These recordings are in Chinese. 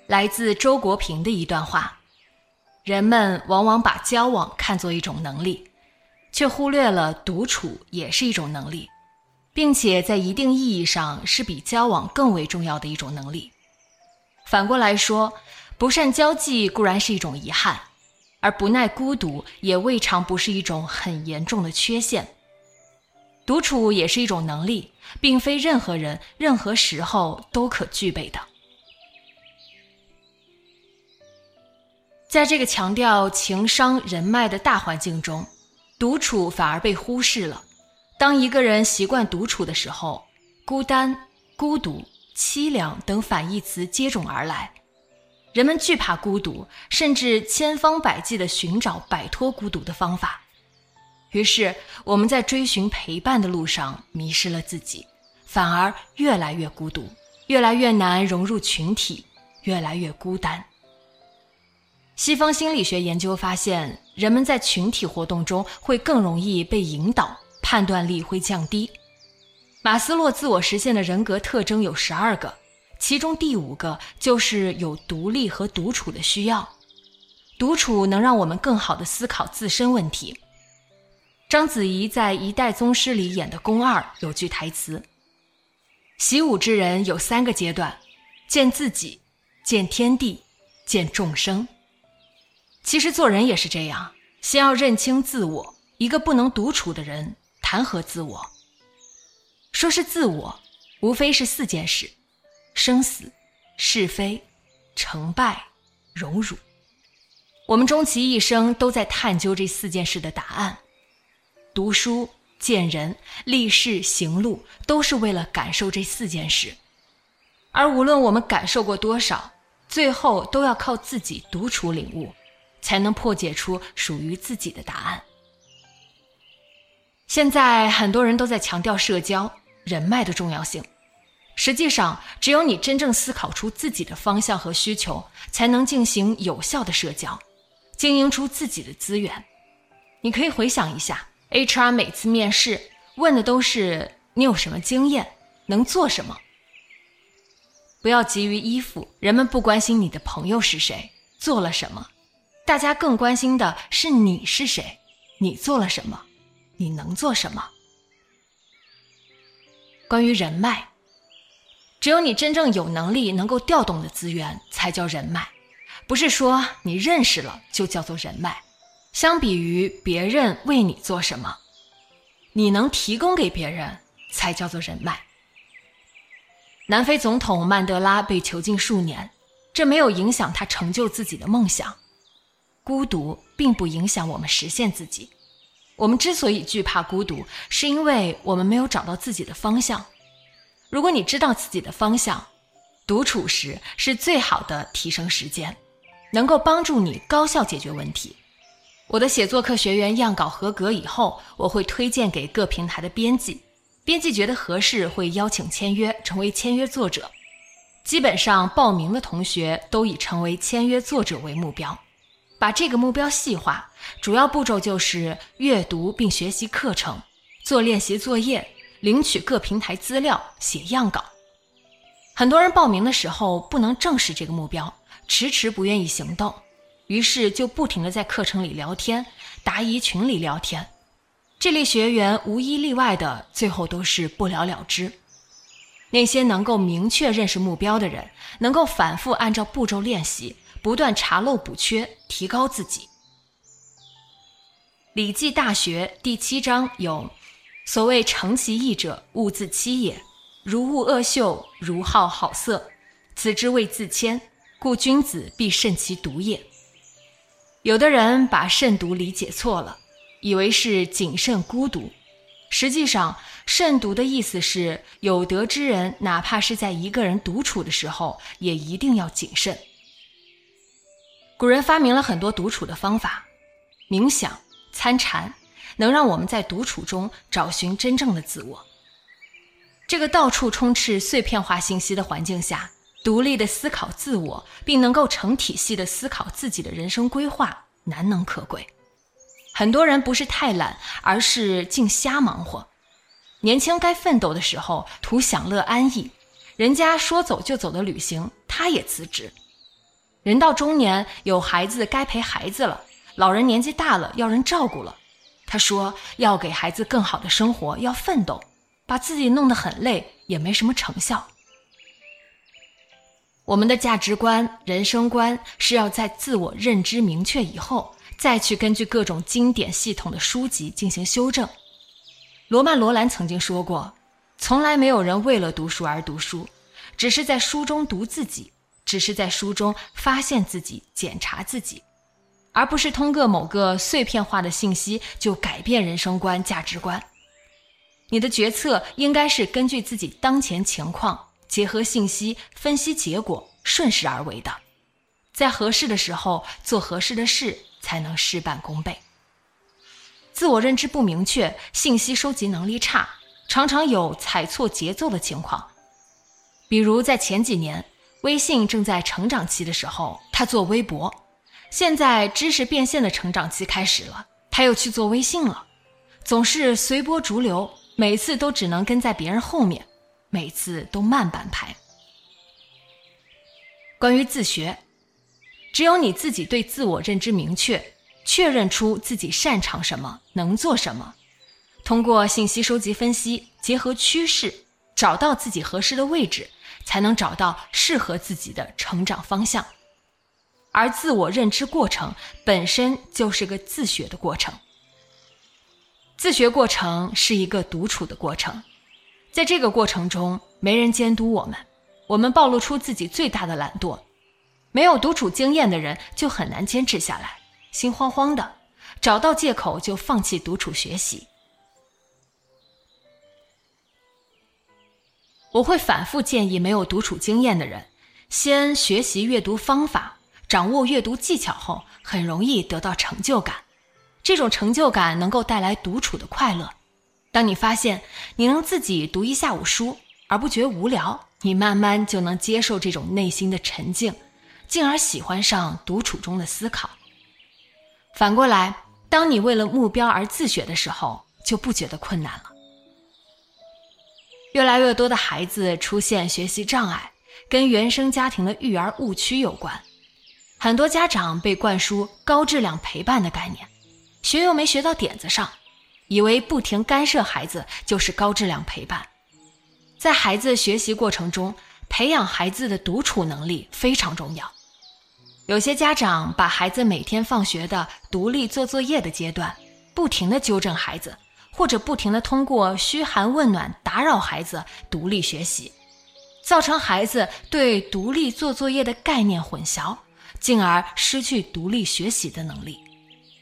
来自周国平的一段话：人们往往把交往看作一种能力，却忽略了独处也是一种能力，并且在一定意义上是比交往更为重要的一种能力。反过来说，不善交际固然是一种遗憾，而不耐孤独也未尝不是一种很严重的缺陷。独处也是一种能力，并非任何人任何时候都可具备的。在这个强调情商人脉的大环境中，独处反而被忽视了。当一个人习惯独处的时候，孤单、孤独、凄凉等反义词接踵而来。人们惧怕孤独，甚至千方百计地寻找摆脱孤独的方法。于是我们在追寻陪伴的路上迷失了自己，反而越来越孤独，越来越难融入群体，越来越孤单。西方心理学研究发现，人们在群体活动中会更容易被引导，判断力会降低。马斯洛自我实现的人格特征有12个，其中第5个就是有独立和独处的需要。独处能让我们更好地思考自身问题。章子怡在《一代宗师》里演的宫二有句台词：习武之人有3个阶段，见自己，见天地，见众生。其实做人也是这样，先要认清自我，一个不能独处的人谈何自我？说是自我，无非是4件事：生死、是非、成败、荣辱。我们终其一生都在探究这4件事的答案。读书、见人、立事、行路，都是为了感受这4件事。而无论我们感受过多少，最后都要靠自己独处领悟，才能破解出属于自己的答案。现在很多人都在强调社交、人脉的重要性。实际上，只有你真正思考出自己的方向和需求，才能进行有效的社交，经营出自己的资源。你可以回想一下， HR 每次面试问的都是你有什么经验，能做什么。不要急于依附，人们不关心你的朋友是谁，做了什么，大家更关心的是你是谁，你做了什么，你能做什么。关于人脉，只有你真正有能力能够调动的资源才叫人脉，不是说你认识了就叫做人脉。相比于别人为你做什么，你能提供给别人才叫做人脉。南非总统曼德拉被囚禁数年，这没有影响他成就自己的梦想。孤独并不影响我们实现自己。我们之所以惧怕孤独，是因为我们没有找到自己的方向。如果你知道自己的方向，独处时是最好的提升时间，能够帮助你高效解决问题。我的写作课学员样稿合格以后，我会推荐给各平台的编辑，编辑觉得合适会邀请签约，成为签约作者。基本上报名的同学都以成为签约作者为目标。把这个目标细化，主要步骤就是阅读并学习课程，做练习作业，领取各平台资料，写样稿。很多人报名的时候不能正视这个目标，迟迟不愿意行动，于是就不停地在课程里聊天，答疑群里聊天。这类学员无一例外的最后都是不了了之。那些能够明确认识目标的人，能够反复按照步骤练习，不断查漏补缺，提高自己。礼记大学第7章有所谓诚其意者，勿自欺也。如恶恶臭，如好好色，此之谓自谦，故君子必慎其独也。有的人把慎独理解错了，以为是谨慎孤独。实际上，慎独的意思是有德之人哪怕是在一个人独处的时候，也一定要谨慎。古人发明了很多独处的方法，冥想、参禅，能让我们在独处中找寻真正的自我。这个到处充斥碎片化信息的环境下，独立的思考自我，并能够成体系的思考自己的人生规划，难能可贵。很多人不是太懒，而是净瞎忙活。年轻该奋斗的时候图享乐安逸，人家说走就走的旅行他也辞职。 人到中年有孩子该陪孩子了，老人年纪大了要人照顾了。他说要给孩子更好的生活，要奋斗，把自己弄得很累也没什么成效。我们的价值观、人生观是要在自我认知明确以后，再去根据各种经典系统的书籍进行修正。罗曼·罗兰曾经说过，从来没有人为了读书而读书，只是在书中读自己，只是在书中发现自己、检查自己，而不是通过某个碎片化的信息就改变人生观、价值观。你的决策应该是根据自己当前情况，结合信息分析结果，顺势而为的，在合适的时候做合适的事，才能事半功倍。自我认知不明确，信息收集能力差，常常有踩错节奏的情况。比如在前几年，微信正在成长期的时候，他做微博；现在知识变现的成长期开始了，他又去做微信了。总是随波逐流，每次都只能跟在别人后面，每次都慢半拍。关于自学，只有你自己对自我认知明确，确认出自己擅长什么，能做什么，通过信息收集分析，结合趋势，找到自己合适的位置，才能找到适合自己的成长方向。而自我认知过程本身就是个自学的过程。自学过程是一个独处的过程，在这个过程中没人监督我们，我们暴露出自己最大的懒惰。没有独处经验的人就很难坚持下来，心慌慌的，找到借口就放弃独处学习。我会反复建议没有独处经验的人，先学习阅读方法，掌握阅读技巧后，很容易得到成就感。这种成就感能够带来独处的快乐。当你发现你能自己读一下午书而不觉无聊，你慢慢就能接受这种内心的沉静，进而喜欢上独处中的思考。反过来，当你为了目标而自学的时候，就不觉得困难了。越来越多的孩子出现学习障碍，跟原生家庭的育儿误区有关。很多家长被灌输高质量陪伴的概念，学又没学到点子上，以为不停干涉孩子就是高质量陪伴。在孩子学习过程中，培养孩子的独处能力非常重要。有些家长把孩子每天放学的独立做作业的阶段，不停地纠正孩子，或者不停地通过嘘寒问暖打扰孩子独立学习，造成孩子对独立做作业的概念混淆，进而失去独立学习的能力。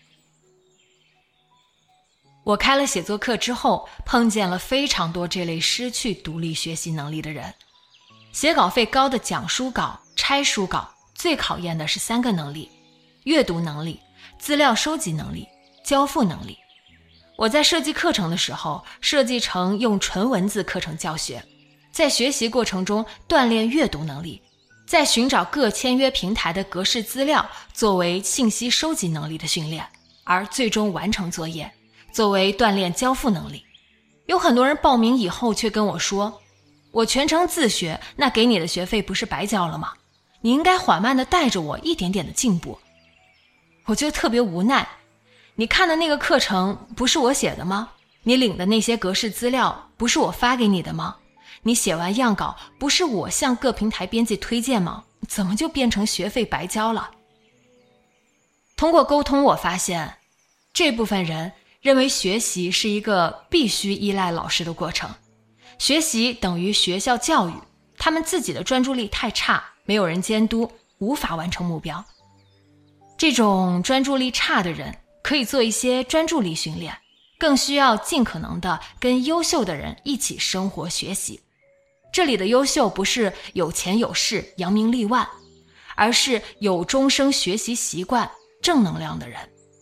我开了写作课之后，碰见了非常多这类失去独立学习能力的人。写稿费高的讲书稿、拆书稿，最考验的是3个能力：阅读能力、资料收集能力、交付能力。我在设计课程的时候，设计成用纯文字课程教学，在学习过程中锻炼阅读能力，在寻找各签约平台的格式资料作为信息收集能力的训练，而最终完成作业作为锻炼交付能力。有很多人报名以后却跟我说，我全程自学，那给你的学费不是白交了吗？你应该缓慢地带着我一点点的进步。我就特别无奈，你看的那个课程不是我写的吗？你领的那些格式资料不是我发给你的吗？你写完样稿不是我向各平台编辑推荐吗？怎么就变成学费白交了？通过沟通，我发现这部分人认为学习是一个必须依赖老师的过程，学习等于学校教育，他们自己的专注力太差，没有人监督，无法完成目标。这种专注力差的人可以做一些专注力训练，更需要尽可能的跟优秀的人一起生活学习。这里的优秀不是有钱有势扬名立万，而是有终生学习习惯正能量的人。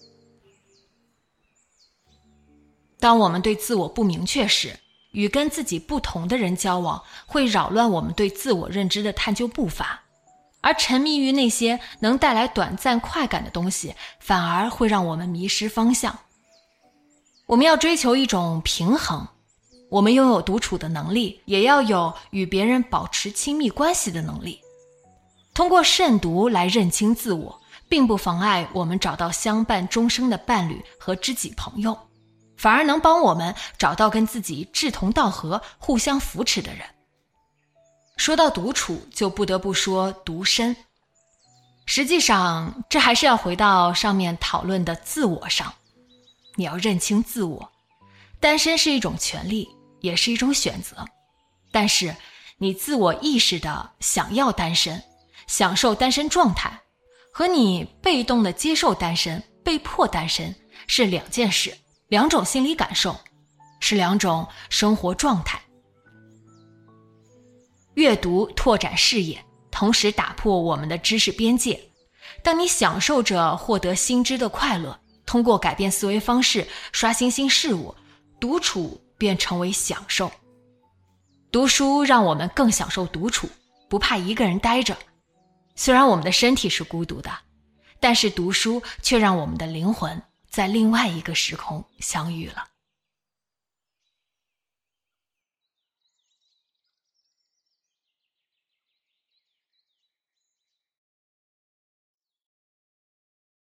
当我们对自我不明确时，与跟自己不同的人交往，会扰乱我们对自我认知的探究步伐，而沉迷于那些能带来短暂快感的东西，反而会让我们迷失方向。我们要追求一种平衡，我们拥有独处的能力，也要有与别人保持亲密关系的能力。 通过慎独来认清自我，并不妨碍我们找到相伴终生的伴侣和知己朋友，反而能帮我们找到跟自己志同道合、互相扶持的人。说到独处，就不得不说独身。实际上，这还是要回到上面讨论的自我上。你要认清自我，单身是一种权利，也是一种选择。但是，你自我意识的想要单身，享受单身状态，和你被动的接受单身、被迫单身是两件事，两种心理感受，是两种生活状态。阅读拓展视野，同时打破我们的知识边界。当你享受着获得新知的快乐，通过改变思维方式刷新新事物，独处便成为享受。读书让我们更享受独处，不怕一个人待着。虽然我们的身体是孤独的，但是读书却让我们的灵魂在另外一个时空相遇了。